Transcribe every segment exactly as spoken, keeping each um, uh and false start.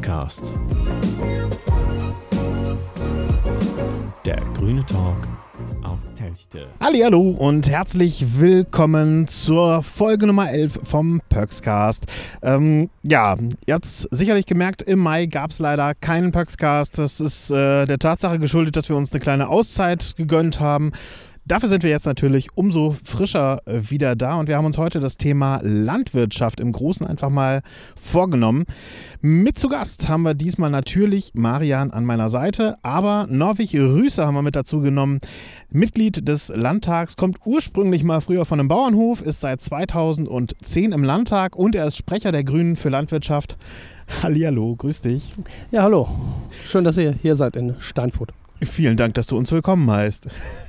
Pöxcast. Der grüne Talk aus Telchte. Hallihallo und herzlich willkommen zur Folge Nummer elf vom Pöxcast. Ähm, ja, ihr habt es sicherlich gemerkt, im Mai gab es leider keinen Pöxcast. Das ist äh, der Tatsache geschuldet, dass wir uns eine kleine Auszeit gegönnt haben. Dafür sind wir jetzt natürlich umso frischer wieder da und wir haben uns heute das Thema Landwirtschaft im Großen einfach mal vorgenommen. Mit zu Gast haben wir diesmal natürlich Marian an meiner Seite, aber Norwig Rüße haben wir mit dazu genommen. Mitglied des Landtags, kommt ursprünglich mal früher von einem Bauernhof, ist seit zweitausendzehn im Landtag und er ist Sprecher der Grünen für Landwirtschaft. Hallihallo, grüß dich. Ja, hallo. Schön, dass ihr hier seid in Steinfurt. Vielen Dank, dass du uns willkommen heißt.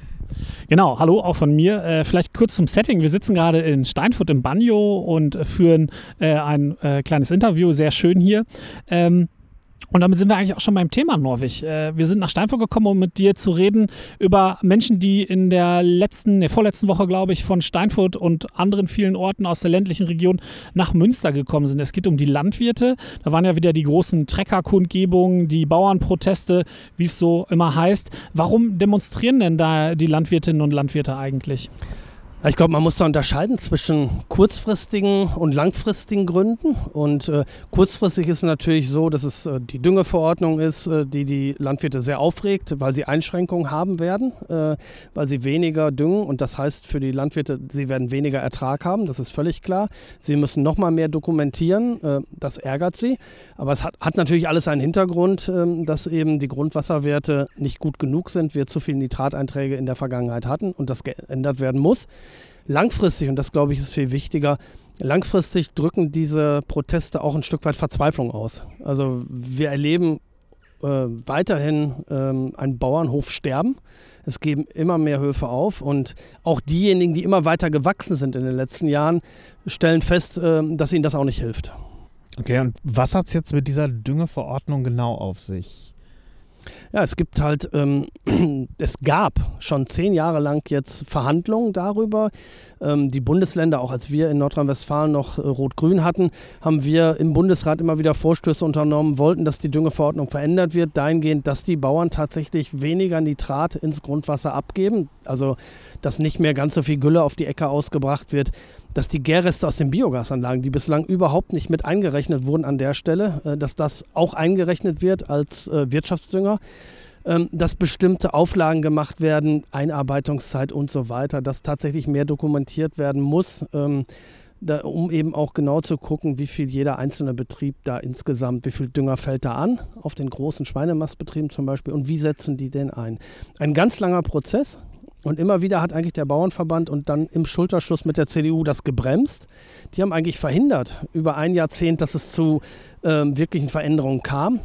Genau, hallo auch von mir. Äh, vielleicht kurz zum Setting. Wir sitzen gerade in Steinfurt im Banjo und führen äh, ein äh, kleines Interview, sehr schön hier. Ähm, und damit sind wir eigentlich auch schon beim Thema Norwig. Äh, wir sind nach Steinfurt gekommen, um mit dir zu reden über Menschen, die in der letzten, der vorletzten Woche, glaube ich, von Steinfurt und anderen vielen Orten aus der ländlichen Region nach Münster gekommen sind. Es geht um die Landwirte. Da waren ja wieder die großen Treckerkundgebungen, die Bauernproteste, wie es so immer heißt. Warum demonstrieren denn da die Landwirtinnen und Landwirte eigentlich? Ich glaube, man muss da unterscheiden zwischen kurzfristigen und langfristigen Gründen. Und äh, kurzfristig ist es natürlich so, dass es äh, die Düngeverordnung ist, äh, die die Landwirte sehr aufregt, weil sie Einschränkungen haben werden, äh, weil sie weniger düngen. Und das heißt für die Landwirte, sie werden weniger Ertrag haben, das ist völlig klar. Sie müssen noch mal mehr dokumentieren, äh, das ärgert sie. Aber es hat, hat natürlich alles einen Hintergrund, äh, dass eben die Grundwasserwerte nicht gut genug sind, wir zu viele Nitrateinträge in der Vergangenheit hatten und das geändert werden muss. Langfristig, und das glaube ich ist viel wichtiger, langfristig drücken diese Proteste auch ein Stück weit Verzweiflung aus. Also wir erleben äh, weiterhin ähm, einen Bauernhof sterben. Es geben immer mehr Höfe auf und auch diejenigen, die immer weiter gewachsen sind in den letzten Jahren, stellen fest, äh, dass ihnen das auch nicht hilft. Okay, und was hat es jetzt mit dieser Düngeverordnung genau auf sich? Ja, es gibt halt, ähm, es gab schon zehn Jahre lang jetzt Verhandlungen darüber. Ähm, die Bundesländer, auch als wir in Nordrhein-Westfalen noch äh, Rot-Grün hatten, haben wir im Bundesrat immer wieder Vorstöße unternommen, wollten, dass die Düngeverordnung verändert wird, dahingehend, dass die Bauern tatsächlich weniger Nitrat ins Grundwasser abgeben, also dass nicht mehr ganz so viel Gülle auf die Äcker ausgebracht wird, dass die Gärreste aus den Biogasanlagen, die bislang überhaupt nicht mit eingerechnet wurden an der Stelle, äh, dass das auch eingerechnet wird als äh, Wirtschaftsdünger, ähm, dass bestimmte Auflagen gemacht werden, Einarbeitungszeit und so weiter, dass tatsächlich mehr dokumentiert werden muss, ähm, da, um eben auch genau zu gucken, wie viel jeder einzelne Betrieb da insgesamt, wie viel Dünger fällt da an, auf den großen Schweinemastbetrieben zum Beispiel, und wie setzen die den ein. Ein ganz langer Prozess. Und immer wieder hat eigentlich der Bauernverband und dann im Schulterschluss mit der C D U das gebremst. Die haben eigentlich verhindert über ein Jahrzehnt, dass es zu ähm, wirklichen Veränderungen kam.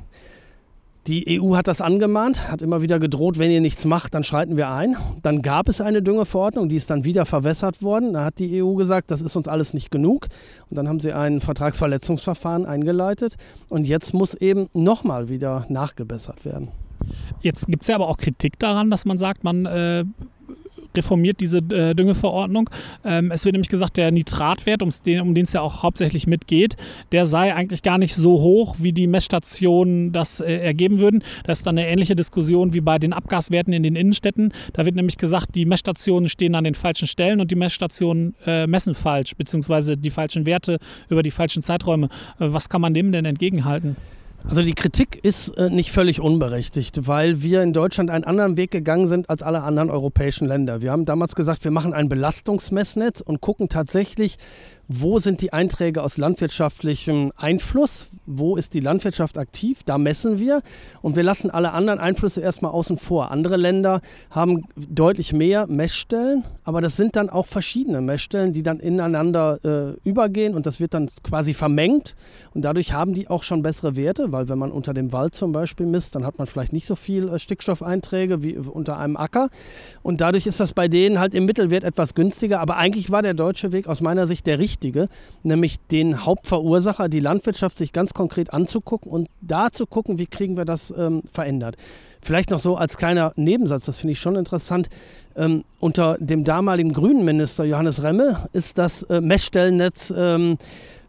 Die E U hat das angemahnt, hat immer wieder gedroht, wenn ihr nichts macht, dann schreiten wir ein. Dann gab es eine Düngeverordnung, die ist dann wieder verwässert worden. Da hat die E U gesagt, das ist uns alles nicht genug. Und dann haben sie ein Vertragsverletzungsverfahren eingeleitet. Und jetzt muss eben nochmal wieder nachgebessert werden. Jetzt gibt es ja aber auch Kritik daran, dass man sagt, man äh, reformiert diese äh, Düngeverordnung. Ähm, es wird nämlich gesagt, der Nitratwert, den, um den es ja auch hauptsächlich mitgeht, der sei eigentlich gar nicht so hoch, wie die Messstationen das äh, ergeben würden. Das ist dann eine ähnliche Diskussion wie bei den Abgaswerten in den Innenstädten. Da wird nämlich gesagt, die Messstationen stehen an den falschen Stellen und die Messstationen äh, messen falsch, beziehungsweise die falschen Werte über die falschen Zeiträume. Äh, was kann man dem denn entgegenhalten? Also die Kritik ist äh, nicht völlig unberechtigt, weil wir in Deutschland einen anderen Weg gegangen sind als alle anderen europäischen Länder. Wir haben damals gesagt, wir machen ein Belastungsmessnetz und gucken tatsächlich, wo sind die Einträge aus landwirtschaftlichem Einfluss, wo ist die Landwirtschaft aktiv, da messen wir und wir lassen alle anderen Einflüsse erstmal außen vor. Andere Länder haben deutlich mehr Messstellen, aber das sind dann auch verschiedene Messstellen, die dann ineinander äh, übergehen und das wird dann quasi vermengt und dadurch haben die auch schon bessere Werte, weil wenn man unter dem Wald zum Beispiel misst, dann hat man vielleicht nicht so viel äh, Stickstoffeinträge wie unter einem Acker und dadurch ist das bei denen halt im Mittelwert etwas günstiger, aber eigentlich war der deutsche Weg aus meiner Sicht der richtige. Nämlich den Hauptverursacher, die Landwirtschaft, sich ganz konkret anzugucken und da zu gucken, wie kriegen wir das ähm, verändert. Vielleicht noch so als kleiner Nebensatz, das finde ich schon interessant, ähm, unter dem damaligen grünen Minister Johannes Remmel ist das äh, Messstellennetz ähm,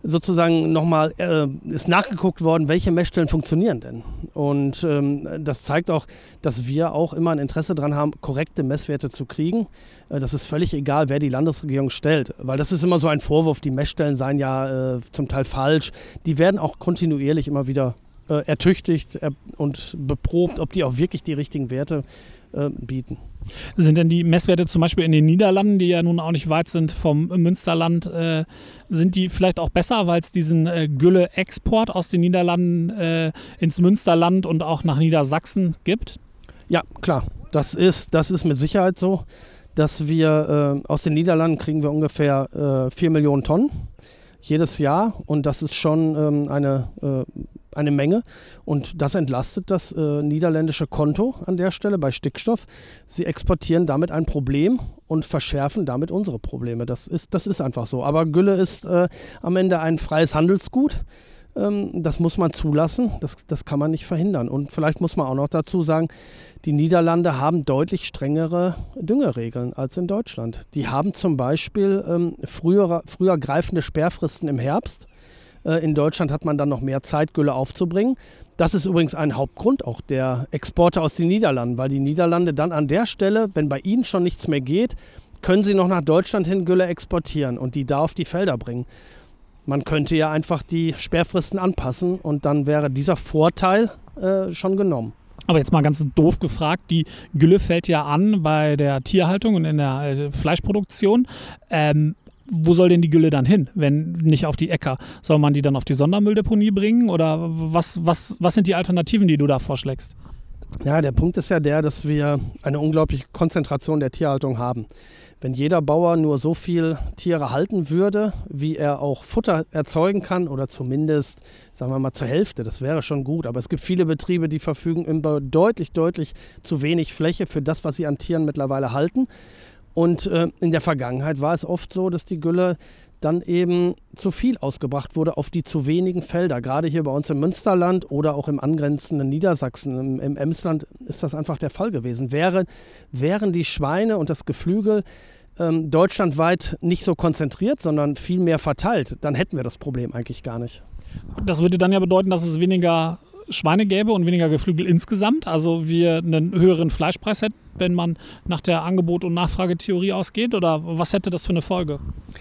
sozusagen nochmal äh, ist nachgeguckt worden, welche Messstellen funktionieren denn. Und ähm, das zeigt auch, dass wir auch immer ein Interesse daran haben, korrekte Messwerte zu kriegen. Äh, das ist völlig egal, wer die Landesregierung stellt, weil das ist immer so ein Vorwurf, die Messstellen seien ja äh, zum Teil falsch. Die werden auch kontinuierlich immer wieder äh, ertüchtigt er- und beprobt, ob die auch wirklich die richtigen Werte äh, bieten. Sind denn die Messwerte zum Beispiel in den Niederlanden, die ja nun auch nicht weit sind vom Münsterland, äh, sind die vielleicht auch besser, weil es diesen äh, Gülle-Export aus den Niederlanden äh, ins Münsterland und auch nach Niedersachsen gibt? Ja, klar. Das ist, das ist mit Sicherheit so, dass wir äh, aus den Niederlanden kriegen wir ungefähr äh, vier Millionen Tonnen jedes Jahr und das ist schon ähm, eine, äh, eine Menge und das entlastet das äh, niederländische Konto an der Stelle bei Stickstoff. Sie exportieren damit ein Problem und verschärfen damit unsere Probleme. Das ist, das ist einfach so. Aber Gülle ist äh, am Ende ein freies Handelsgut. Ähm, das muss man zulassen, das, das kann man nicht verhindern. Und vielleicht muss man auch noch dazu sagen, die Niederlande haben deutlich strengere Düngeregeln als in Deutschland. Die haben zum Beispiel ähm, früher, früher greifende Sperrfristen im Herbst. Äh, in Deutschland hat man dann noch mehr Zeit, Gülle aufzubringen. Das ist übrigens ein Hauptgrund auch der Exporte aus den Niederlanden, weil die Niederlande dann an der Stelle, wenn bei ihnen schon nichts mehr geht, können sie noch nach Deutschland hin Gülle exportieren und die da auf die Felder bringen. Man könnte ja einfach die Sperrfristen anpassen und dann wäre dieser Vorteil äh, schon genommen. Aber jetzt mal ganz doof gefragt, die Gülle fällt ja an bei der Tierhaltung und in der äh, Fleischproduktion. Ähm, wo soll denn die Gülle dann hin, wenn nicht auf die Äcker? Soll man die dann auf die Sondermülldeponie bringen oder was, was, was sind die Alternativen, die du da vorschlägst? Ja, der Punkt ist ja der, dass wir eine unglaubliche Konzentration der Tierhaltung haben. Wenn jeder Bauer nur so viel Tiere halten würde, wie er auch Futter erzeugen kann oder zumindest, sagen wir mal, zur Hälfte, das wäre schon gut. Aber es gibt viele Betriebe, die verfügen über deutlich, deutlich zu wenig Fläche für das, was sie an Tieren mittlerweile halten. Und äh, in der Vergangenheit war es oft so, dass die Gülle dann eben zu viel ausgebracht wurde auf die zu wenigen Felder. Gerade hier bei uns im Münsterland oder auch im angrenzenden Niedersachsen, im, im Emsland ist das einfach der Fall gewesen. Wäre, wären die Schweine und das Geflügel ähm, deutschlandweit nicht so konzentriert, sondern viel mehr verteilt, dann hätten wir das Problem eigentlich gar nicht. Das würde dann ja bedeuten, dass es weniger Schweine gäbe und weniger Geflügel insgesamt, also wir einen höheren Fleischpreis hätten, wenn man nach der Angebot- und Nachfragetheorie ausgeht, oder was hätte das für eine Folge?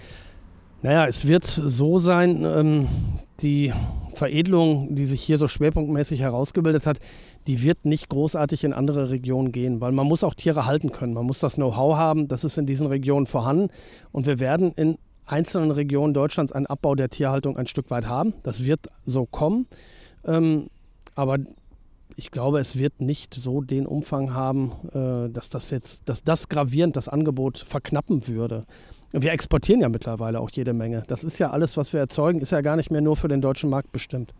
Naja, es wird so sein, ähm, die Veredelung, die sich hier so schwerpunktmäßig herausgebildet hat, die wird nicht großartig in andere Regionen gehen, weil man muss auch Tiere halten können. Man muss das Know-how haben, das ist in diesen Regionen vorhanden und wir werden in einzelnen Regionen Deutschlands einen Abbau der Tierhaltung ein Stück weit haben. Das wird so kommen, ähm, aber ich glaube, es wird nicht so den Umfang haben, äh, dass das jetzt, dass das gravierend das Angebot verknappen würde. Wir exportieren ja mittlerweile auch jede Menge. Das ist ja alles, was wir erzeugen, ist ja gar nicht mehr nur für den deutschen Markt bestimmt.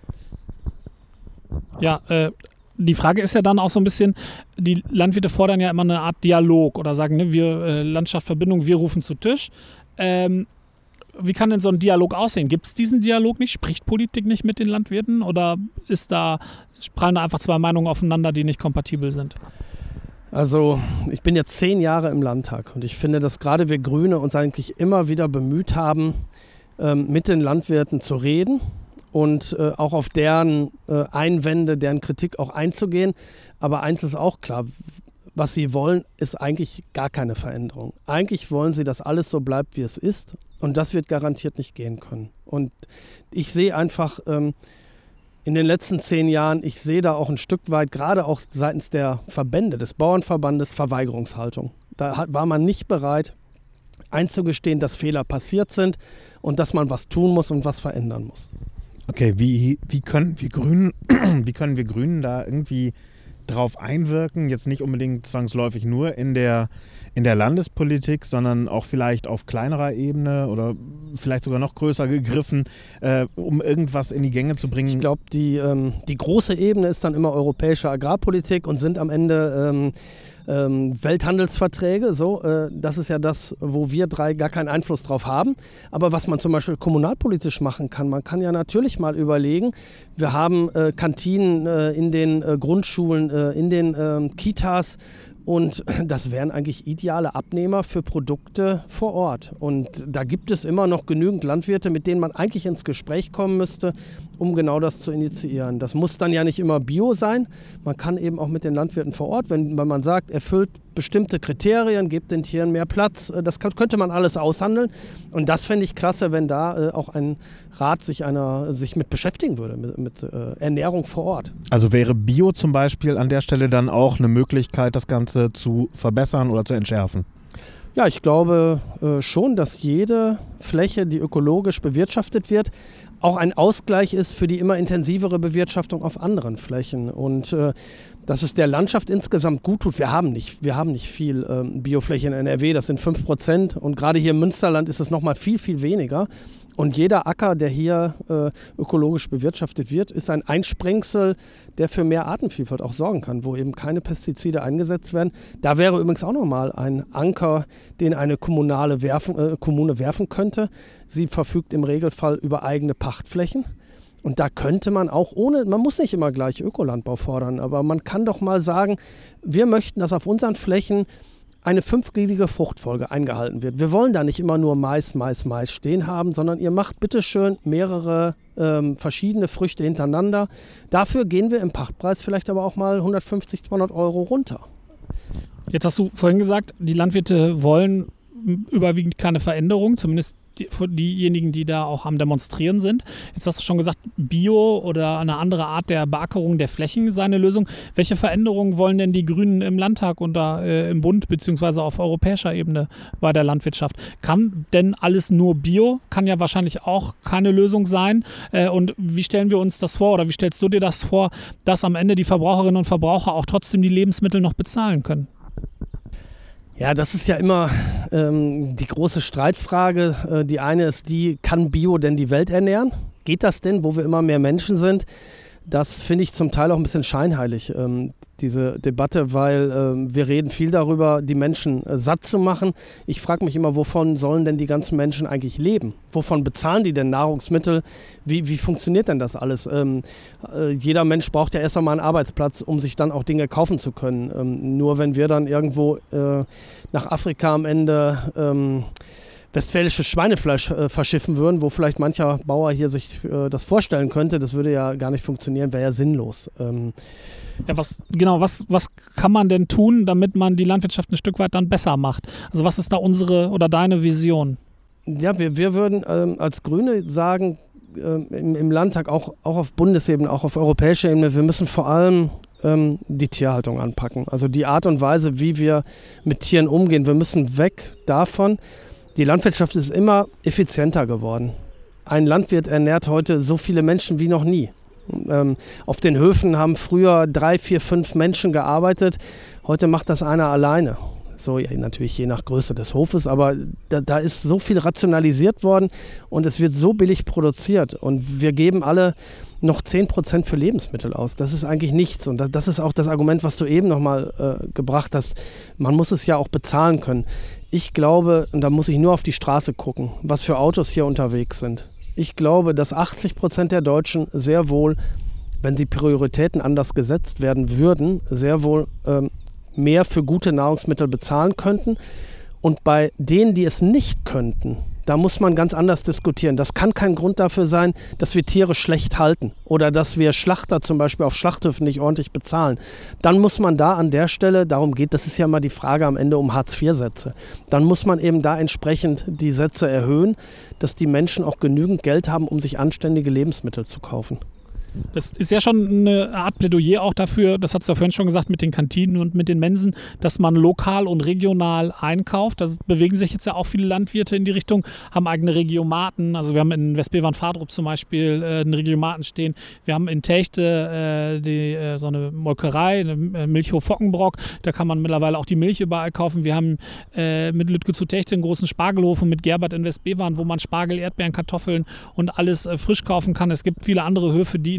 Ja, äh, die Frage ist ja dann auch so ein bisschen, die Landwirte fordern ja immer eine Art Dialog oder sagen, ne, wir äh, Landschaftsverbindung, wir rufen zu Tisch. Ähm, wie kann denn so ein Dialog aussehen? Gibt es diesen Dialog nicht? Spricht Politik nicht mit den Landwirten oder ist da, prallen da einfach zwei Meinungen aufeinander, die nicht kompatibel sind? Also ich bin jetzt zehn Jahre im Landtag und ich finde, dass gerade wir Grüne uns eigentlich immer wieder bemüht haben, ähm, mit den Landwirten zu reden und äh, auch auf deren äh, Einwände, deren Kritik auch einzugehen. Aber eins ist auch klar, was sie wollen, ist eigentlich gar keine Veränderung. Eigentlich wollen sie, dass alles so bleibt, wie es ist und das wird garantiert nicht gehen können. Und ich sehe einfach ähm, in den letzten zehn Jahren, ich sehe da auch ein Stück weit, gerade auch seitens der Verbände, des Bauernverbandes, Verweigerungshaltung. Da hat, war man nicht bereit, einzugestehen, dass Fehler passiert sind und dass man was tun muss und was verändern muss. Okay, wie, wie, können wir Grünen, wie können wir Grünen da irgendwie drauf einwirken? Jetzt nicht unbedingt zwangsläufig nur in der, in der Landespolitik, sondern auch vielleicht auf kleinerer Ebene oder vielleicht sogar noch größer gegriffen, äh, um irgendwas in die Gänge zu bringen? Ich glaube, die, ähm, die große Ebene ist dann immer europäische Agrarpolitik und sind am Ende ähm, ähm, Welthandelsverträge. So, äh, das ist ja das, wo wir drei gar keinen Einfluss drauf haben. Aber was man zum Beispiel kommunalpolitisch machen kann, man kann ja natürlich mal überlegen, wir haben äh, Kantinen äh, in den äh, Grundschulen, äh, in den äh, Kitas, Und das wären eigentlich ideale Abnehmer für Produkte vor Ort. Und da gibt es immer noch genügend Landwirte, mit denen man eigentlich ins Gespräch kommen müsste, um genau das zu initiieren. Das muss dann ja nicht immer Bio sein. Man kann eben auch mit den Landwirten vor Ort, wenn, wenn man sagt, erfüllt bestimmte Kriterien, gibt den Tieren mehr Platz, das könnte man alles aushandeln. Und das fände ich klasse, wenn da äh, auch ein Rat sich, einer, sich mit beschäftigen würde, mit, mit äh, Ernährung vor Ort. Also wäre Bio zum Beispiel an der Stelle dann auch eine Möglichkeit, das Ganze zu verbessern oder zu entschärfen? Ja, ich glaube äh, schon, dass jede Fläche, die ökologisch bewirtschaftet wird, auch ein Ausgleich ist für die immer intensivere Bewirtschaftung auf anderen Flächen. Und äh, dass es der Landschaft insgesamt gut tut. Wir haben nicht, wir haben nicht viel ähm, Biofläche in N R W, das sind fünf Prozent. Und gerade hier im Münsterland ist es noch mal viel, viel weniger. Und jeder Acker, der hier äh, ökologisch bewirtschaftet wird, ist ein Einsprengsel, der für mehr Artenvielfalt auch sorgen kann, wo eben keine Pestizide eingesetzt werden. Da wäre übrigens auch nochmal ein Anker, den eine kommunale werfen, äh, Kommune werfen könnte. Sie verfügt im Regelfall über eigene Pachtflächen. Und da könnte man auch ohne, man muss nicht immer gleich Ökolandbau fordern, aber man kann doch mal sagen, wir möchten, dass auf unseren Flächen eine fünfgriedige Fruchtfolge eingehalten wird. Wir wollen da nicht immer nur Mais, Mais, Mais stehen haben, sondern ihr macht bitteschön mehrere ähm, verschiedene Früchte hintereinander. Dafür gehen wir im Pachtpreis vielleicht aber auch mal hundertfünfzig, zweihundert Euro runter. Jetzt hast du vorhin gesagt, die Landwirte wollen überwiegend keine Veränderung, zumindest die, diejenigen, die da auch am Demonstrieren sind. Jetzt hast du schon gesagt, Bio oder eine andere Art der Beackerung der Flächen sei eine Lösung. Welche Veränderungen wollen denn die Grünen im Landtag und da äh, im Bund beziehungsweise auf europäischer Ebene bei der Landwirtschaft? Kann denn alles nur Bio? Kann ja wahrscheinlich auch keine Lösung sein. Äh, und wie stellen wir uns das vor oder wie stellst du dir das vor, dass am Ende die Verbraucherinnen und Verbraucher auch trotzdem die Lebensmittel noch bezahlen können? Ja, das ist ja immer ähm, die große Streitfrage. Äh, die eine ist die, kann Bio denn die Welt ernähren? Geht das denn, wo wir immer mehr Menschen sind? Das finde ich zum Teil auch ein bisschen scheinheilig, ähm, diese Debatte, weil ähm, wir reden viel darüber, die Menschen äh, satt zu machen. Ich frage mich immer, wovon sollen denn die ganzen Menschen eigentlich leben? Wovon bezahlen die denn Nahrungsmittel? Wie, wie funktioniert denn das alles? Ähm, äh, jeder Mensch braucht ja erst einmal einen Arbeitsplatz, um sich dann auch Dinge kaufen zu können. Ähm, nur wenn wir dann irgendwo äh, nach Afrika am Ende Ähm, westfälisches Schweinefleisch äh, verschiffen würden, wo vielleicht mancher Bauer hier sich äh, das vorstellen könnte, das würde ja gar nicht funktionieren, wäre ja sinnlos. Ähm ja, was, genau, was, was kann man denn tun, damit man die Landwirtschaft ein Stück weit dann besser macht? Also was ist da unsere oder deine Vision? Ja, wir, wir würden ähm, als Grüne sagen, äh, im, im Landtag, auch, auch auf Bundesebene, auch auf europäischer Ebene, wir müssen vor allem ähm, die Tierhaltung anpacken. Also die Art und Weise, wie wir mit Tieren umgehen. Wir müssen weg davon. Die Landwirtschaft ist immer effizienter geworden. Ein Landwirt ernährt heute so viele Menschen wie noch nie. Ähm, auf den Höfen haben früher drei, vier, fünf Menschen gearbeitet. Heute macht das einer alleine. So, ja, natürlich je nach Größe des Hofes, aber da, da ist so viel rationalisiert worden und es wird so billig produziert. Und wir geben alle noch zehn Prozent für Lebensmittel aus. Das ist eigentlich nichts. Und das ist auch das Argument, was du eben nochmal äh, gebracht hast. Man muss es ja auch bezahlen können. Ich glaube, und da muss ich nur auf die Straße gucken, was für Autos hier unterwegs sind. Ich glaube, dass achtzig Prozent der Deutschen sehr wohl, wenn sie Prioritäten anders gesetzt werden würden, sehr wohl ähm, mehr für gute Nahrungsmittel bezahlen könnten. Und bei denen, die es nicht könnten, da muss man ganz anders diskutieren. Das kann kein Grund dafür sein, dass wir Tiere schlecht halten oder dass wir Schlachter zum Beispiel auf Schlachthöfen nicht ordentlich bezahlen. Dann muss man da an der Stelle, darum geht, das ist ja mal die Frage am Ende um Hartz vier Sätze, dann muss man eben da entsprechend die Sätze erhöhen, dass die Menschen auch genügend Geld haben, um sich anständige Lebensmittel zu kaufen. Das ist ja schon eine Art Plädoyer auch dafür, das hast du ja vorhin schon gesagt, mit den Kantinen und mit den Mensen, dass man lokal und regional einkauft. Da bewegen sich jetzt ja auch viele Landwirte in die Richtung, haben eigene Regiomaten. Also wir haben in Westbevern-Fahrdrup zum Beispiel äh, einen Regiomaten stehen. Wir haben in Techte äh, die, äh, so eine Molkerei, eine Milchhof Fockenbrock. Da kann man mittlerweile auch die Milch überall kaufen. Wir haben äh, mit Lütke zu Techte einen großen Spargelhof und mit Gerbert in Westbevern, wo man Spargel, Erdbeeren, Kartoffeln und alles äh, frisch kaufen kann. Es gibt viele andere Höfe, die in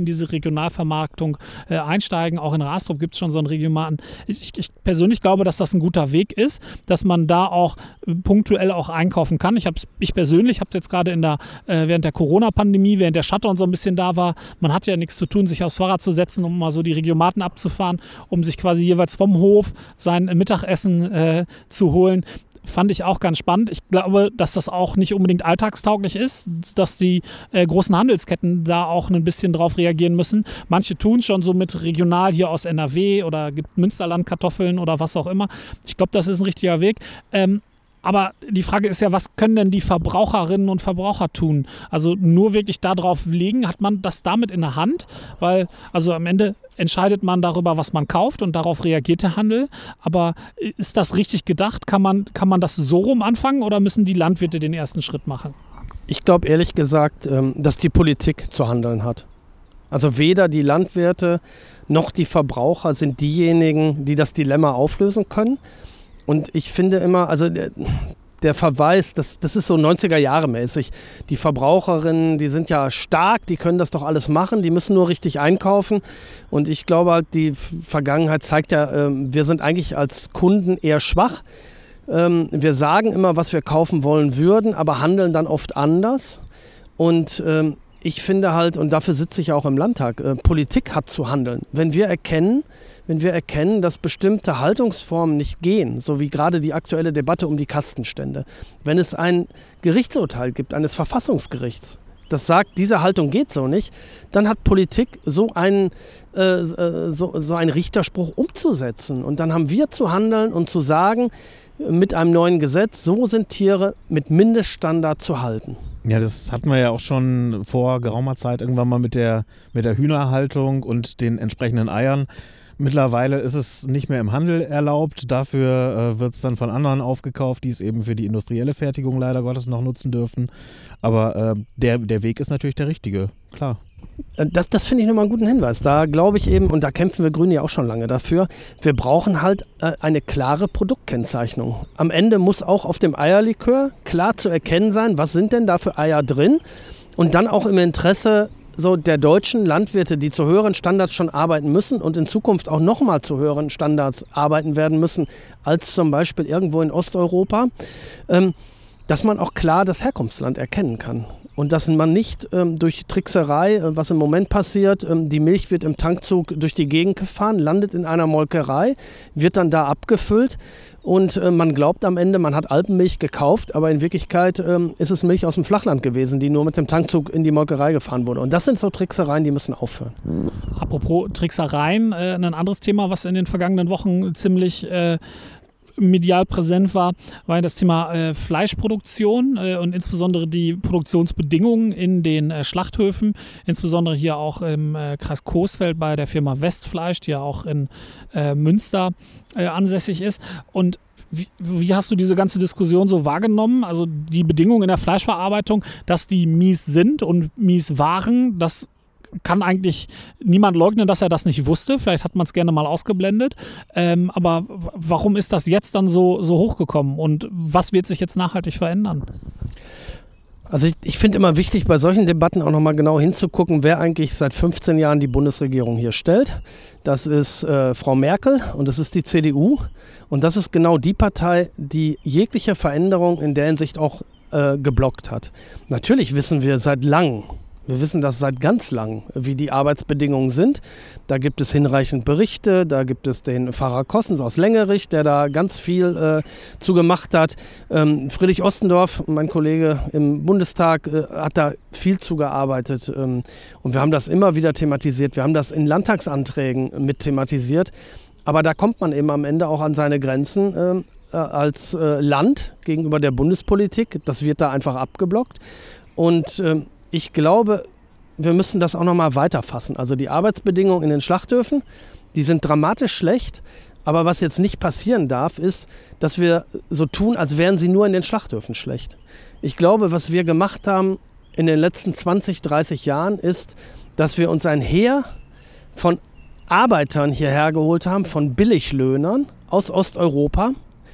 diese Regionalvermarktung äh, einsteigen. Auch in Rastrup gibt es schon so einen Regionalmarkt. Ich, ich persönlich glaube, dass das ein guter Weg ist, dass man da auch äh, punktuell auch einkaufen kann. Ich, hab's, ich persönlich habe es jetzt gerade in der, äh, während der Corona-Pandemie, während der Shutdown so ein bisschen da war, man hat ja nichts zu tun, sich aufs Fahrrad zu setzen, um mal so die Regiomaten abzufahren, um sich quasi jeweils vom Hof sein Mittagessen äh, zu holen. Fand ich auch ganz spannend. Ich glaube, dass das auch nicht unbedingt alltagstauglich ist, dass die äh, großen Handelsketten da auch ein bisschen drauf reagieren müssen. Manche tun es schon so mit regional hier aus N R W oder gibt Münsterland-Kartoffeln oder was auch immer. Ich glaube, das ist ein richtiger Weg. Ähm, Aber die Frage ist ja, was können denn die Verbraucherinnen und Verbraucher tun? Also nur wirklich darauf legen, hat man das damit in der Hand? Weil, also am Ende entscheidet man darüber, was man kauft und darauf reagiert der Handel. Aber ist das richtig gedacht? Kann man, kann man das so rum anfangen oder müssen die Landwirte den ersten Schritt machen? Ich glaube ehrlich gesagt, dass die Politik zu handeln hat. Also weder die Landwirte noch die Verbraucher sind diejenigen, die das Dilemma auflösen können. Und ich finde immer, also der, der Verweis, das, das ist so neunziger Jahre mäßig. Die Verbraucherinnen, die sind ja stark, die können das doch alles machen, die müssen nur richtig einkaufen. Und ich glaube halt, die Vergangenheit zeigt ja, äh, wir sind eigentlich als Kunden eher schwach. Ähm, wir sagen immer, was wir kaufen wollen würden, aber handeln dann oft anders. Und ähm, ich finde halt, und dafür sitze ich auch im Landtag, äh, Politik hat zu handeln. Wenn wir erkennen, wenn wir erkennen, dass bestimmte Haltungsformen nicht gehen, so wie gerade die aktuelle Debatte um die Kastenstände, wenn es ein Gerichtsurteil gibt, eines Verfassungsgerichts, das sagt, diese Haltung geht so nicht, dann hat Politik so einen, äh, so, so einen Richterspruch umzusetzen. Und dann haben wir zu handeln und zu sagen, mit einem neuen Gesetz, so sind Tiere mit Mindeststandard zu halten. Ja, das hatten wir ja auch schon vor geraumer Zeit irgendwann mal mit der, mit der Hühnerhaltung und den entsprechenden Eiern. Mittlerweile ist es nicht mehr im Handel erlaubt. Dafür äh, wird es dann von anderen aufgekauft, die es eben für die industrielle Fertigung leider Gottes noch nutzen dürfen. Aber äh, der, der Weg ist natürlich der richtige, klar. Das, das finde ich nochmal einen guten Hinweis. Da glaube ich eben, und da kämpfen wir Grüne ja auch schon lange dafür, wir brauchen halt äh, eine klare Produktkennzeichnung. Am Ende muss auch auf dem Eierlikör klar zu erkennen sein, was sind denn da für Eier drin und dann auch im Interesse so der deutschen Landwirte, die zu höheren Standards schon arbeiten müssen und in Zukunft auch nochmal zu höheren Standards arbeiten werden müssen, als zum Beispiel irgendwo in Osteuropa, ähm, dass man auch klar das Herkunftsland erkennen kann. Und dass man nicht ähm, durch Trickserei, äh, was im Moment passiert, ähm, die Milch wird im Tankzug durch die Gegend gefahren, landet in einer Molkerei, wird dann da abgefüllt und äh, man glaubt am Ende, man hat Alpenmilch gekauft, aber in Wirklichkeit ähm, ist es Milch aus dem Flachland gewesen, die nur mit dem Tankzug in die Molkerei gefahren wurde. Und das sind so Tricksereien, die müssen aufhören. Apropos Tricksereien, äh, ein anderes Thema, was in den vergangenen Wochen ziemlich äh, medial präsent war, war das Thema äh, Fleischproduktion äh, und insbesondere die Produktionsbedingungen in den äh, Schlachthöfen, insbesondere hier auch im äh, Kreis Coesfeld bei der Firma Westfleisch, die ja auch in äh, Münster äh, ansässig ist. Und Wie, wie hast du diese ganze Diskussion so wahrgenommen? Also die Bedingungen in der Fleischverarbeitung, dass die mies sind und mies waren, das kann eigentlich niemand leugnen, dass er das nicht wusste. Vielleicht hat man es gerne mal ausgeblendet. Ähm, aber w- warum ist das jetzt dann so, so hochgekommen? Und was wird sich jetzt nachhaltig verändern? Also ich, ich finde immer wichtig, bei solchen Debatten auch nochmal genau hinzugucken, wer eigentlich seit fünfzehn Jahren die Bundesregierung hier stellt. Das ist äh, Frau Merkel und das ist die C D U. Und das ist genau die Partei, die jegliche Veränderung in der Hinsicht auch äh, geblockt hat. Natürlich wissen wir seit langem, wir wissen das seit ganz lang, wie die Arbeitsbedingungen sind. Da gibt es hinreichend Berichte, da gibt es den Pfarrer Kossens aus Längerich, der da ganz viel äh, zu gemacht hat. Ähm, Friedrich Ostendorf, mein Kollege im Bundestag, äh, hat da viel zu gearbeitet. Ähm, und wir haben das immer wieder thematisiert. Wir haben das in Landtagsanträgen mit thematisiert. Aber da kommt man eben am Ende auch an seine Grenzen äh, als äh, Land gegenüber der Bundespolitik. Das wird da einfach abgeblockt. Und äh, ich glaube, wir müssen das auch noch mal weiterfassen. Also die Arbeitsbedingungen in den Schlachthöfen, die sind dramatisch schlecht. Aber was jetzt nicht passieren darf, ist, dass wir so tun, als wären sie nur in den Schlachthöfen schlecht. Ich glaube, was wir gemacht haben in den letzten zwanzig, dreißig Jahren, ist, dass wir uns ein Heer von Arbeitern hierher geholt haben, von Billiglöhnern aus Osteuropa.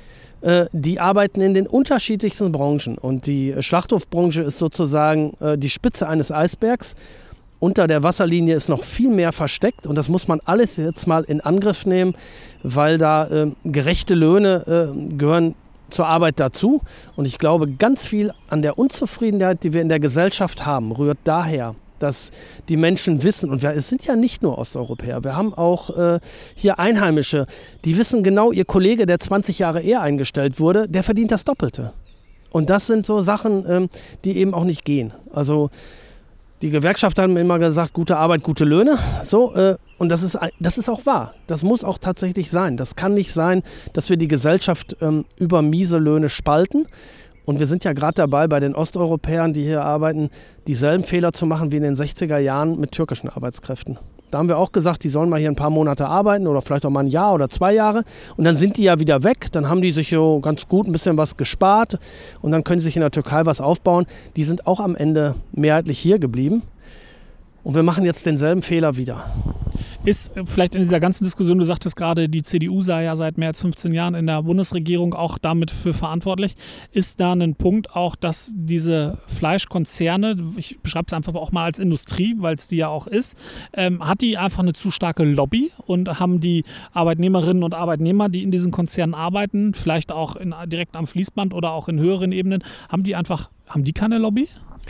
Die arbeiten in den unterschiedlichsten Branchen und die Schlachthofbranche ist sozusagen äh, die Spitze eines Eisbergs unter der Wasserlinie ist noch viel mehr versteckt und das muss man alles jetzt mal in Angriff nehmen, weil da äh, gerechte Löhne äh, gehören zur Arbeit dazu. Und ich glaube, ganz viel an der Unzufriedenheit, die wir in der Gesellschaft haben, rührt daher, dass die Menschen wissen, und wir, es sind ja nicht nur Osteuropäer, wir haben auch äh, hier Einheimische, die wissen genau, ihr Kollege, der zwanzig Jahre eher eingestellt wurde, der verdient das Doppelte. Und das sind so Sachen, ähm, die eben auch nicht gehen. Also die Gewerkschafter haben immer gesagt, gute Arbeit, gute Löhne. So, äh, und das ist, das ist auch wahr. Das muss auch tatsächlich sein. Das kann nicht sein, dass wir die Gesellschaft ähm, über miese Löhne spalten. Und wir sind ja gerade dabei, bei den Osteuropäern, die hier arbeiten, dieselben Fehler zu machen wie in den sechziger Jahren mit türkischen Arbeitskräften. Da haben wir auch gesagt, die sollen mal hier ein paar Monate arbeiten oder vielleicht auch mal ein Jahr oder zwei Jahre. Und dann sind die ja wieder weg. Dann haben die sich so ganz gut ein bisschen was gespart. Und dann können sie sich in der Türkei was aufbauen. Die sind auch am Ende mehrheitlich hier geblieben. Und wir machen jetzt denselben Fehler wieder. Ist vielleicht in dieser ganzen Diskussion, du sagtest gerade, die C D U sei ja seit mehr als fünfzehn Jahren in der Bundesregierung auch damit für verantwortlich. Ist da ein Punkt auch, dass diese Fleischkonzerne, ich beschreibe es einfach auch mal als Industrie, weil es die ja auch ist, ähm, hat die einfach eine zu starke Lobby und haben die Arbeitnehmerinnen und Arbeitnehmer, die in diesen Konzernen arbeiten, vielleicht auch in, direkt am Fließband oder auch in höheren Ebenen, haben die einfach, haben die keine Lobby?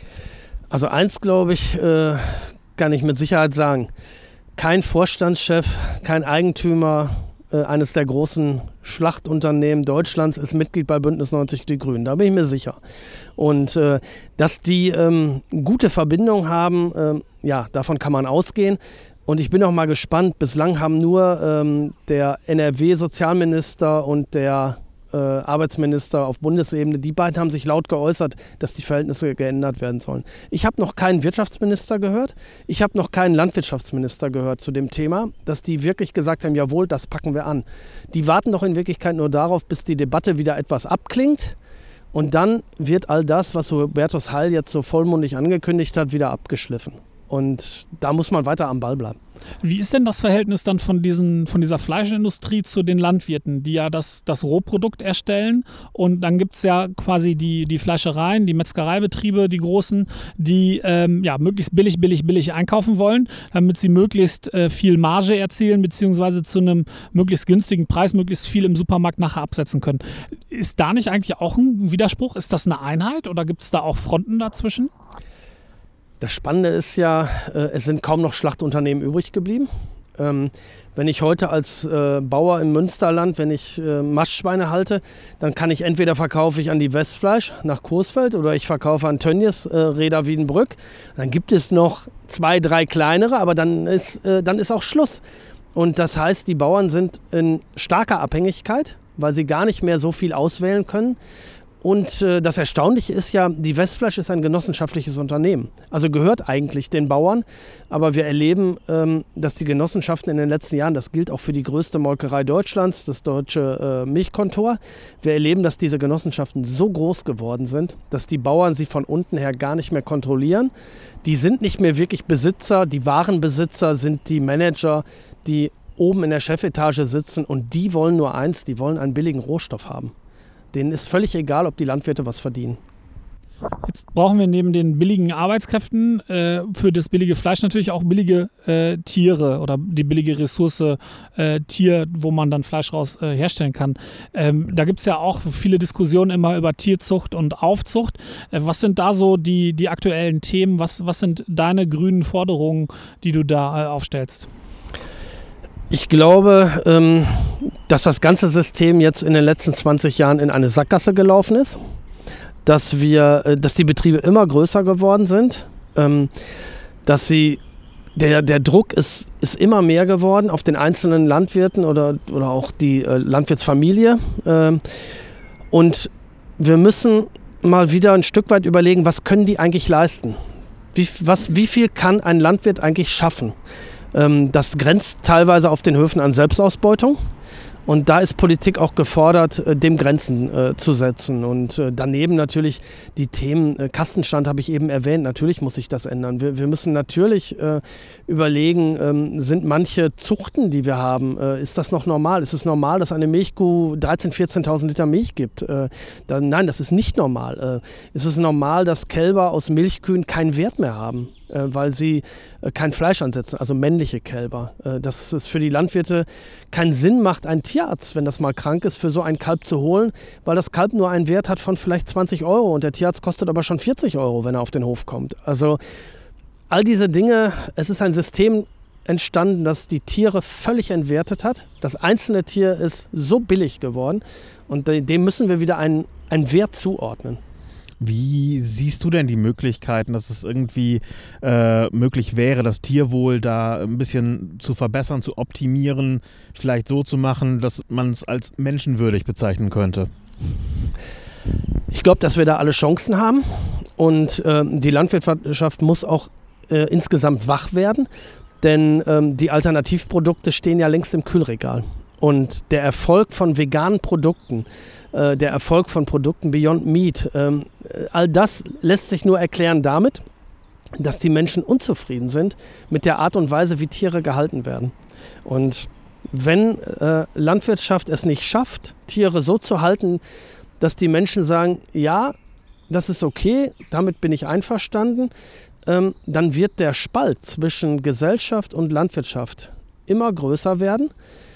Also eins, glaube ich, äh, kann ich mit Sicherheit sagen. Kein Vorstandschef, kein Eigentümer äh, eines der großen Schlachtunternehmen Deutschlands ist Mitglied bei Bündnis neunzig Die Grünen. Da bin ich mir sicher. Und äh, dass die ähm, gute Verbindung haben, äh, ja, davon kann man ausgehen. Und ich bin auch mal gespannt. Bislang haben nur ähm, der N R W-Sozialminister und der äh, Arbeitsminister auf Bundesebene, die beiden haben sich laut geäußert, dass die Verhältnisse geändert werden sollen. Ich habe noch keinen Wirtschaftsminister gehört, ich habe noch keinen Landwirtschaftsminister gehört zu dem Thema, dass die wirklich gesagt haben, jawohl, das packen wir an. Die warten doch in Wirklichkeit nur darauf, bis die Debatte wieder etwas abklingt und dann wird all das, was Hubertus Heil jetzt so vollmundig angekündigt hat, wieder abgeschliffen. Und da muss man weiter am Ball bleiben. Wie ist denn das Verhältnis dann von, diesen, von dieser Fleischindustrie zu den Landwirten, die ja das, das Rohprodukt erstellen? Und dann gibt es ja quasi die, die Fleischereien, die Metzgereibetriebe, die großen, die ähm, ja, möglichst billig, billig, billig einkaufen wollen, damit sie möglichst äh, viel Marge erzielen, beziehungsweise zu einem möglichst günstigen Preis möglichst viel im Supermarkt nachher absetzen können. Ist da nicht eigentlich auch ein Widerspruch? Ist das eine Einheit oder gibt es da auch Fronten dazwischen? Das Spannende ist ja, äh, es sind kaum noch Schlachtunternehmen übrig geblieben. Ähm, wenn ich heute als äh, Bauer im Münsterland, wenn ich äh, Mastschweine halte, dann kann ich entweder verkaufe ich an die Westfleisch nach Coesfeld oder ich verkaufe an Tönnies, äh, Reda Wiedenbrück. Dann gibt es noch zwei, drei kleinere, aber dann ist, äh, dann ist auch Schluss. Und das heißt, die Bauern sind in starker Abhängigkeit, weil sie gar nicht mehr so viel auswählen können. Und äh, das Erstaunliche ist ja, die Westfleisch ist ein genossenschaftliches Unternehmen. Also gehört eigentlich den Bauern. Aber wir erleben, ähm, dass die Genossenschaften in den letzten Jahren, das gilt auch für die größte Molkerei Deutschlands, das Deutsche äh, Milchkontor, wir erleben, dass diese Genossenschaften so groß geworden sind, dass die Bauern sie von unten her gar nicht mehr kontrollieren. Die sind nicht mehr wirklich Besitzer, die wahren Besitzer sind die Manager, die oben in der Chefetage sitzen und die wollen nur eins, die wollen einen billigen Rohstoff haben. Denen ist völlig egal, ob die Landwirte was verdienen. Jetzt brauchen wir neben den billigen Arbeitskräften äh, für das billige Fleisch natürlich auch billige äh, Tiere oder die billige Ressource äh, Tier, wo man dann Fleisch raus äh, herstellen kann. Ähm, da gibt es ja auch viele Diskussionen immer über Tierzucht und Aufzucht. Äh, was sind da so die, die aktuellen Themen? Was, was sind deine grünen Forderungen, die du da äh, aufstellst? Ich glaube, ähm, dass das ganze System jetzt in den letzten zwanzig Jahren in eine Sackgasse gelaufen ist, dass wir, äh, dass die Betriebe immer größer geworden sind, ähm, dass sie, der, der Druck ist, ist immer mehr geworden auf den einzelnen Landwirten oder, oder auch die äh, Landwirtsfamilie. Ähm, und wir müssen mal wieder ein Stück weit überlegen, was können die eigentlich leisten? Wie, was, wie viel kann ein Landwirt eigentlich schaffen? Das grenzt teilweise auf den Höfen an Selbstausbeutung. Und da ist Politik auch gefordert, dem Grenzen äh, zu setzen. Und äh, daneben natürlich die Themen, äh, Kastenstand habe ich eben erwähnt, natürlich muss sich das ändern. Wir, wir müssen natürlich äh, überlegen, ähm, sind manche Zuchten, die wir haben, äh, ist das noch normal? Ist es normal, dass eine Milchkuh dreizehntausend, vierzehntausend Liter Milch gibt? Äh, dann, nein, das ist nicht normal. Äh, ist es normal, dass Kälber aus Milchkühen keinen Wert mehr haben? äh, weil sie äh, kein Fleisch ansetzen, also männliche Kälber. Äh, dass es für die Landwirte keinen Sinn macht, einen Tierarzt, wenn das mal krank ist, für so ein Kalb zu holen, weil das Kalb nur einen Wert hat von vielleicht zwanzig Euro und der Tierarzt kostet aber schon vierzig Euro, wenn er auf den Hof kommt. Also all diese Dinge, es ist ein System entstanden, das die Tiere völlig entwertet hat. Das einzelne Tier ist so billig geworden und dem müssen wir wieder einen, einen Wert zuordnen. Wie siehst du denn die Möglichkeiten, dass es irgendwie äh, möglich wäre, das Tierwohl da ein bisschen zu verbessern, zu optimieren, vielleicht so zu machen, dass man es als menschenwürdig bezeichnen könnte? Ich glaube, dass wir da alle Chancen haben und äh, die Landwirtschaft muss auch äh, insgesamt wach werden. Denn ähm, die Alternativprodukte stehen ja längst im Kühlregal. Und der Erfolg von veganen Produkten, äh, der Erfolg von Produkten Beyond Meat, ähm, all das lässt sich nur erklären damit, dass die Menschen unzufrieden sind mit der Art und Weise, wie Tiere gehalten werden. Und wenn äh, Landwirtschaft es nicht schafft, Tiere so zu halten, dass die Menschen sagen, ja, das ist okay, damit bin ich einverstanden, Ähm, dann wird der Spalt zwischen Gesellschaft und Landwirtschaft immer größer werden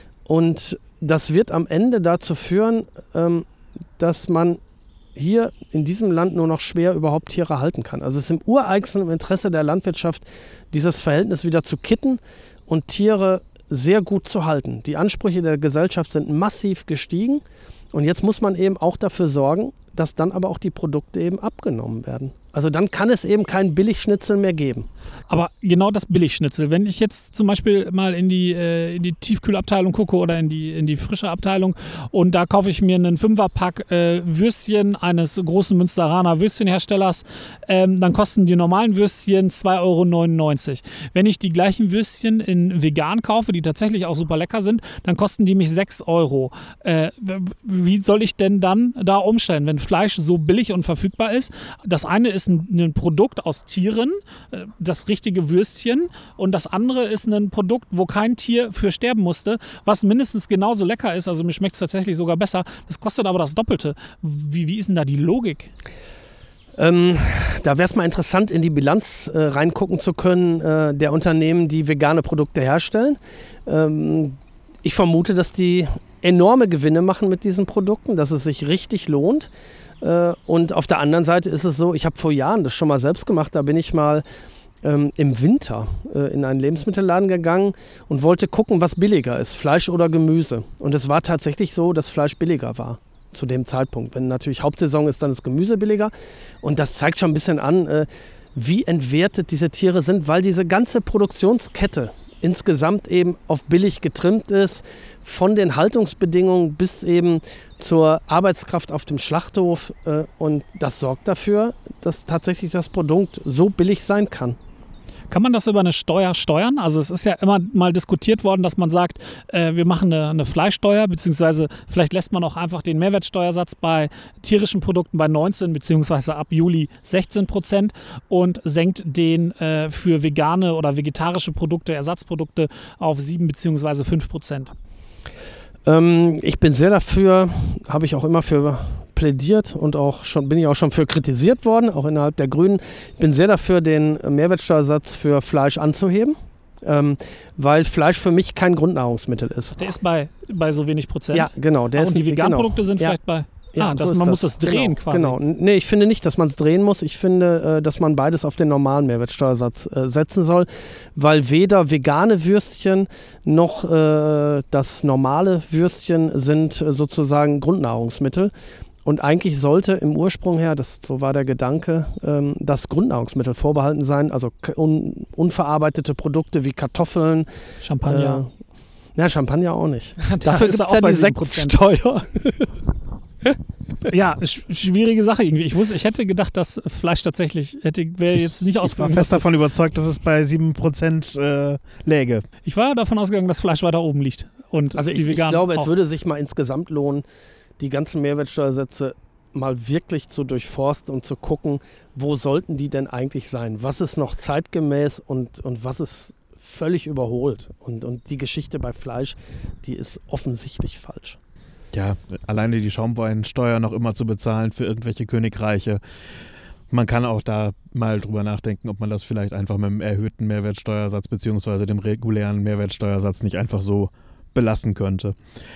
und das wird am Ende dazu führen, ähm, dass man hier in diesem Land nur noch schwer überhaupt Tiere halten kann. Also es ist im ureigensten Interesse der Landwirtschaft, dieses Verhältnis wieder zu kitten und Tiere sehr gut zu halten. Die Ansprüche der Gesellschaft sind massiv gestiegen und jetzt muss man eben auch dafür sorgen, dass dann aber auch die Produkte eben abgenommen werden. Also dann kann es eben keinen Billigschnitzel mehr geben. Aber genau das Billigschnitzel, wenn ich jetzt zum Beispiel mal in die, äh, in die Tiefkühlabteilung gucke oder in die, in die frische Abteilung und da kaufe ich mir einen Fünferpack äh, Würstchen eines großen Münsteraner Würstchenherstellers, ähm, dann kosten die normalen Würstchen zwei Euro neunundneunzig. Wenn ich die gleichen Würstchen in vegan kaufe, die tatsächlich auch super lecker sind, dann kosten die mich sechs Euro. Äh, wie soll ich denn dann da umstellen, wenn Fleisch so billig und verfügbar ist? Das eine ist ein, ein Produkt aus Tieren, äh, das richtige Würstchen, und das andere ist ein Produkt, wo kein Tier für sterben musste, was mindestens genauso lecker ist, also mir schmeckt es tatsächlich sogar besser, das kostet aber das Doppelte. Wie, wie ist denn da die Logik? Ähm, da wäre es mal interessant, in die Bilanz äh, reingucken zu können, äh, der Unternehmen, die vegane Produkte herstellen. Ähm, ich vermute, dass die enorme Gewinne machen mit diesen Produkten, dass es sich richtig lohnt. Äh, und auf der anderen Seite ist es so, ich habe vor Jahren das schon mal selbst gemacht, da bin ich mal ähm, im Winter äh, in einen Lebensmittelladen gegangen und wollte gucken, was billiger ist, Fleisch oder Gemüse. Und es war tatsächlich so, dass Fleisch billiger war zu dem Zeitpunkt. Wenn natürlich Hauptsaison ist, dann ist Gemüse billiger. Und das zeigt schon ein bisschen an, äh, wie entwertet diese Tiere sind, weil diese ganze Produktionskette insgesamt eben auf billig getrimmt ist, von den Haltungsbedingungen bis eben zur Arbeitskraft auf dem Schlachthof. Äh, und das sorgt dafür, dass tatsächlich das Produkt so billig sein kann. Kann man das über eine Steuer steuern? Also es ist ja immer mal diskutiert worden, dass man sagt, äh, wir machen eine, eine Fleischsteuer, beziehungsweise vielleicht lässt man auch einfach den Mehrwertsteuersatz bei tierischen Produkten bei neunzehn, beziehungsweise ab Juli sechzehn Prozent und senkt den äh, für vegane oder vegetarische Produkte, Ersatzprodukte auf sieben beziehungsweise fünf Prozent. Ähm, ich bin sehr dafür, habe ich auch immer für plädiert und auch schon bin ich auch schon für kritisiert worden, auch innerhalb der Grünen. Ich bin sehr dafür, den Mehrwertsteuersatz für Fleisch anzuheben, ähm, weil Fleisch für mich kein Grundnahrungsmittel ist. Der ist bei, bei so wenig Prozent? Ja, genau. Der ah, ist, und die veganen genau. Produkte sind ja. vielleicht bei... Ja, ah, das, so man das. muss es drehen genau, quasi. Genau. Nee, ich finde nicht, dass man es drehen muss. Ich finde, dass man beides auf den normalen Mehrwertsteuersatz äh, setzen soll, weil weder vegane Würstchen noch äh, das normale Würstchen sind äh, sozusagen Grundnahrungsmittel. Und eigentlich sollte im Ursprung her, das, so war der Gedanke, ähm, das Grundnahrungsmittel vorbehalten sein, also un, unverarbeitete Produkte wie Kartoffeln. Champagner. Äh, ja, Champagner auch nicht. Da Dafür gibt es ja die Sektsteuer. Ja, sch- schwierige Sache irgendwie. Ich wusste, ich hätte gedacht, dass Fleisch tatsächlich, hätte, wäre jetzt nicht ausgegangen. Ich war fest davon überzeugt, dass es bei sieben Prozent äh, läge. Ich war davon ausgegangen, dass Fleisch weiter oben liegt. Und also die ich, ich Veganen glaube, auch. es würde sich mal insgesamt lohnen, die ganzen Mehrwertsteuersätze mal wirklich zu durchforsten und zu gucken, wo sollten die denn eigentlich sein? Was ist noch zeitgemäß und, und was ist völlig überholt? Und, und die Geschichte bei Fleisch, die ist offensichtlich falsch. Ja, alleine die Schaumweinsteuer noch immer zu bezahlen für irgendwelche Königreiche. man kann auch da mal drüber nachdenken, ob man das vielleicht einfach mit einem erhöhten Mehrwertsteuersatz beziehungsweise dem regulären Mehrwertsteuersatz nicht einfach so belassen könnte.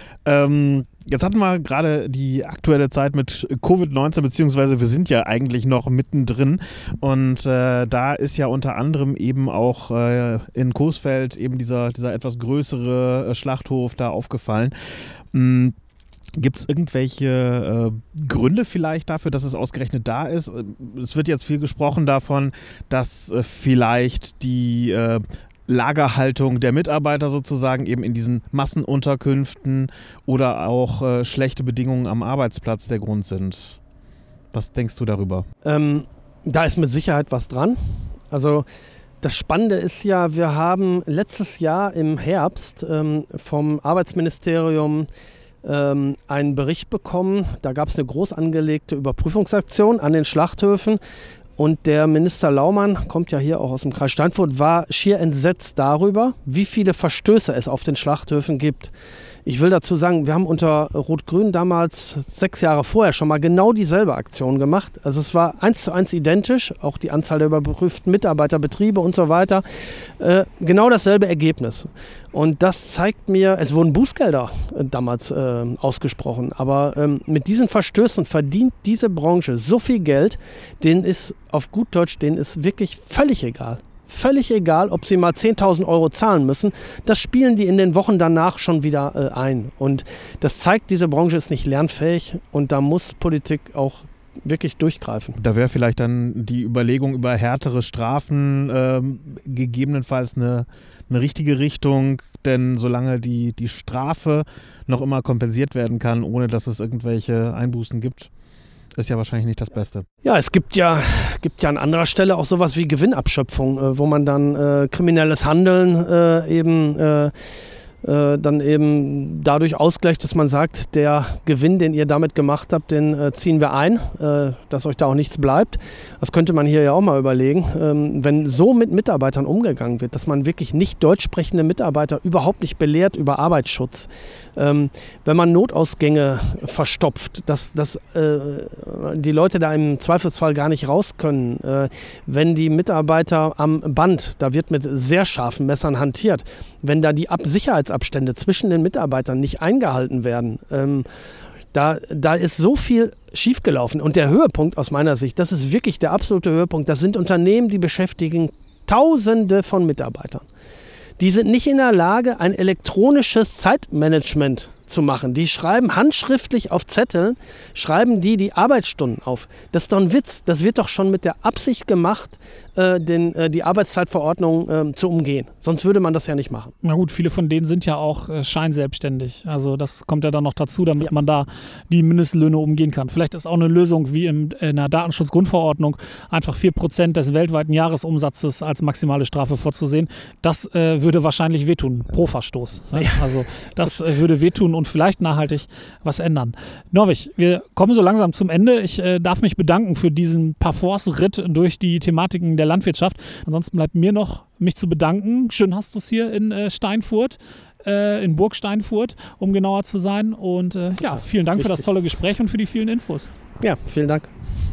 Ähm, jetzt hatten wir gerade die aktuelle Zeit mit Covid neunzehn, beziehungsweise wir sind ja eigentlich noch mittendrin und äh, da ist ja unter anderem eben auch äh, in Coesfeld eben dieser, dieser etwas größere äh, Schlachthof da aufgefallen. Mhm. Gibt es irgendwelche äh, Gründe vielleicht dafür, dass es ausgerechnet da ist? Es wird jetzt viel gesprochen davon, dass äh, vielleicht die äh, Lagerhaltung der Mitarbeiter sozusagen eben in diesen Massenunterkünften oder auch äh, schlechte Bedingungen am Arbeitsplatz der Grund sind. Was denkst du darüber? Ähm, da ist mit Sicherheit was dran. Also das Spannende ist ja, wir haben letztes Jahr im Herbst ähm, vom Arbeitsministerium ähm, einen Bericht bekommen. Da gab es eine groß angelegte Überprüfungsaktion an den Schlachthöfen. Und der Minister Laumann, kommt ja hier auch aus dem Kreis Steinfurt, war schier entsetzt darüber, wie viele Verstöße es auf den Schlachthöfen gibt. Ich will dazu sagen, wir haben unter Rot-Grün damals sechs Jahre vorher schon mal genau dieselbe Aktion gemacht. Also es war eins zu eins identisch, auch die Anzahl der überprüften Mitarbeiter, Betriebe und so weiter. Äh, genau dasselbe Ergebnis. Und das zeigt mir, es wurden Bußgelder äh, damals äh, ausgesprochen, aber ähm, mit diesen Verstößen verdient diese Branche so viel Geld, denen ist auf gut Deutsch, denen ist wirklich völlig egal. Völlig egal, ob sie mal zehntausend Euro zahlen müssen. Das spielen die in den Wochen danach schon wieder äh, ein. Und das zeigt, diese Branche ist nicht lernfähig und da muss Politik auch wirklich durchgreifen. Da wäre vielleicht dann die Überlegung über härtere Strafen ähm, gegebenenfalls eine, eine richtige Richtung, denn solange die, die Strafe noch immer kompensiert werden kann, ohne dass es irgendwelche Einbußen gibt, ist ja wahrscheinlich nicht das Beste. Ja, es gibt ja, gibt ja an anderer Stelle auch sowas wie Gewinnabschöpfung, äh, wo man dann äh, kriminelles Handeln äh, eben äh, äh, dann eben dadurch ausgleicht, dass man sagt, der Gewinn, den ihr damit gemacht habt, den äh, ziehen wir ein, äh, dass euch da auch nichts bleibt. Das könnte man hier ja auch mal überlegen. Ähm, wenn so mit Mitarbeitern umgegangen wird, dass man wirklich nicht deutsch sprechende Mitarbeiter überhaupt nicht belehrt über Arbeitsschutz, ähm, wenn man Notausgänge verstopft, dass, dass äh, die Leute da im Zweifelsfall gar nicht raus können, äh, wenn die Mitarbeiter am Band, da wird mit sehr scharfen Messern hantiert, wenn da die Ab- Sicherheitsabstände zwischen den Mitarbeitern nicht eingehalten werden, ähm, da, da ist so viel schiefgelaufen. Und der Höhepunkt aus meiner Sicht, das ist wirklich der absolute Höhepunkt, das sind Unternehmen, die beschäftigen Tausende von Mitarbeitern. Die sind nicht in der Lage, ein elektronisches Zeitmanagement zu machen. Die schreiben handschriftlich auf Zetteln, schreiben die die Arbeitsstunden auf. Das ist doch ein Witz. Das wird doch schon mit der Absicht gemacht, äh, den, äh, die Arbeitszeitverordnung äh, zu umgehen. Sonst würde man das ja nicht machen. Na gut, viele von denen sind ja auch äh, scheinselbstständig. Also das kommt ja dann noch dazu, damit ja. man da die Mindestlöhne umgehen kann. Vielleicht ist auch eine Lösung wie im, in der Datenschutzgrundverordnung einfach vier Prozent des weltweiten Jahresumsatzes als maximale Strafe vorzusehen. Das äh, würde wahrscheinlich wehtun, pro Verstoß. Ne? Ja. Also das äh, würde wehtun und vielleicht nachhaltig was ändern. Norwig, wir kommen so langsam zum Ende. Ich äh, darf mich bedanken für diesen Parforce-Ritt durch die Thematiken der Landwirtschaft. Ansonsten bleibt mir noch, mich zu bedanken. Schön hast du es hier in äh, Steinfurt, äh, in Burg Steinfurt, um genauer zu sein. Und äh, ja, vielen Dank Richtig. für das tolle Gespräch und für die vielen Infos. Ja, vielen Dank.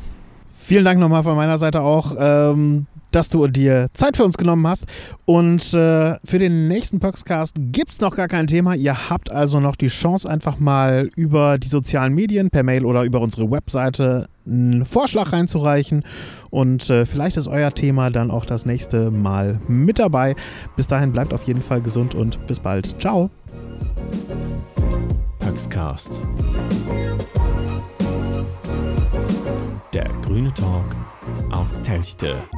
Vielen Dank nochmal von meiner Seite auch, ähm, dass du dir Zeit für uns genommen hast. Und äh, für den nächsten Pöxcast gibt es noch gar kein Thema. Ihr habt also noch die Chance, einfach mal über die sozialen Medien, per Mail oder über unsere Webseite einen Vorschlag reinzureichen. Und äh, vielleicht ist euer Thema dann auch das nächste Mal mit dabei. Bis dahin bleibt auf jeden Fall gesund und bis bald. Ciao. Pöxcast. Der grüne Talk aus Telchte.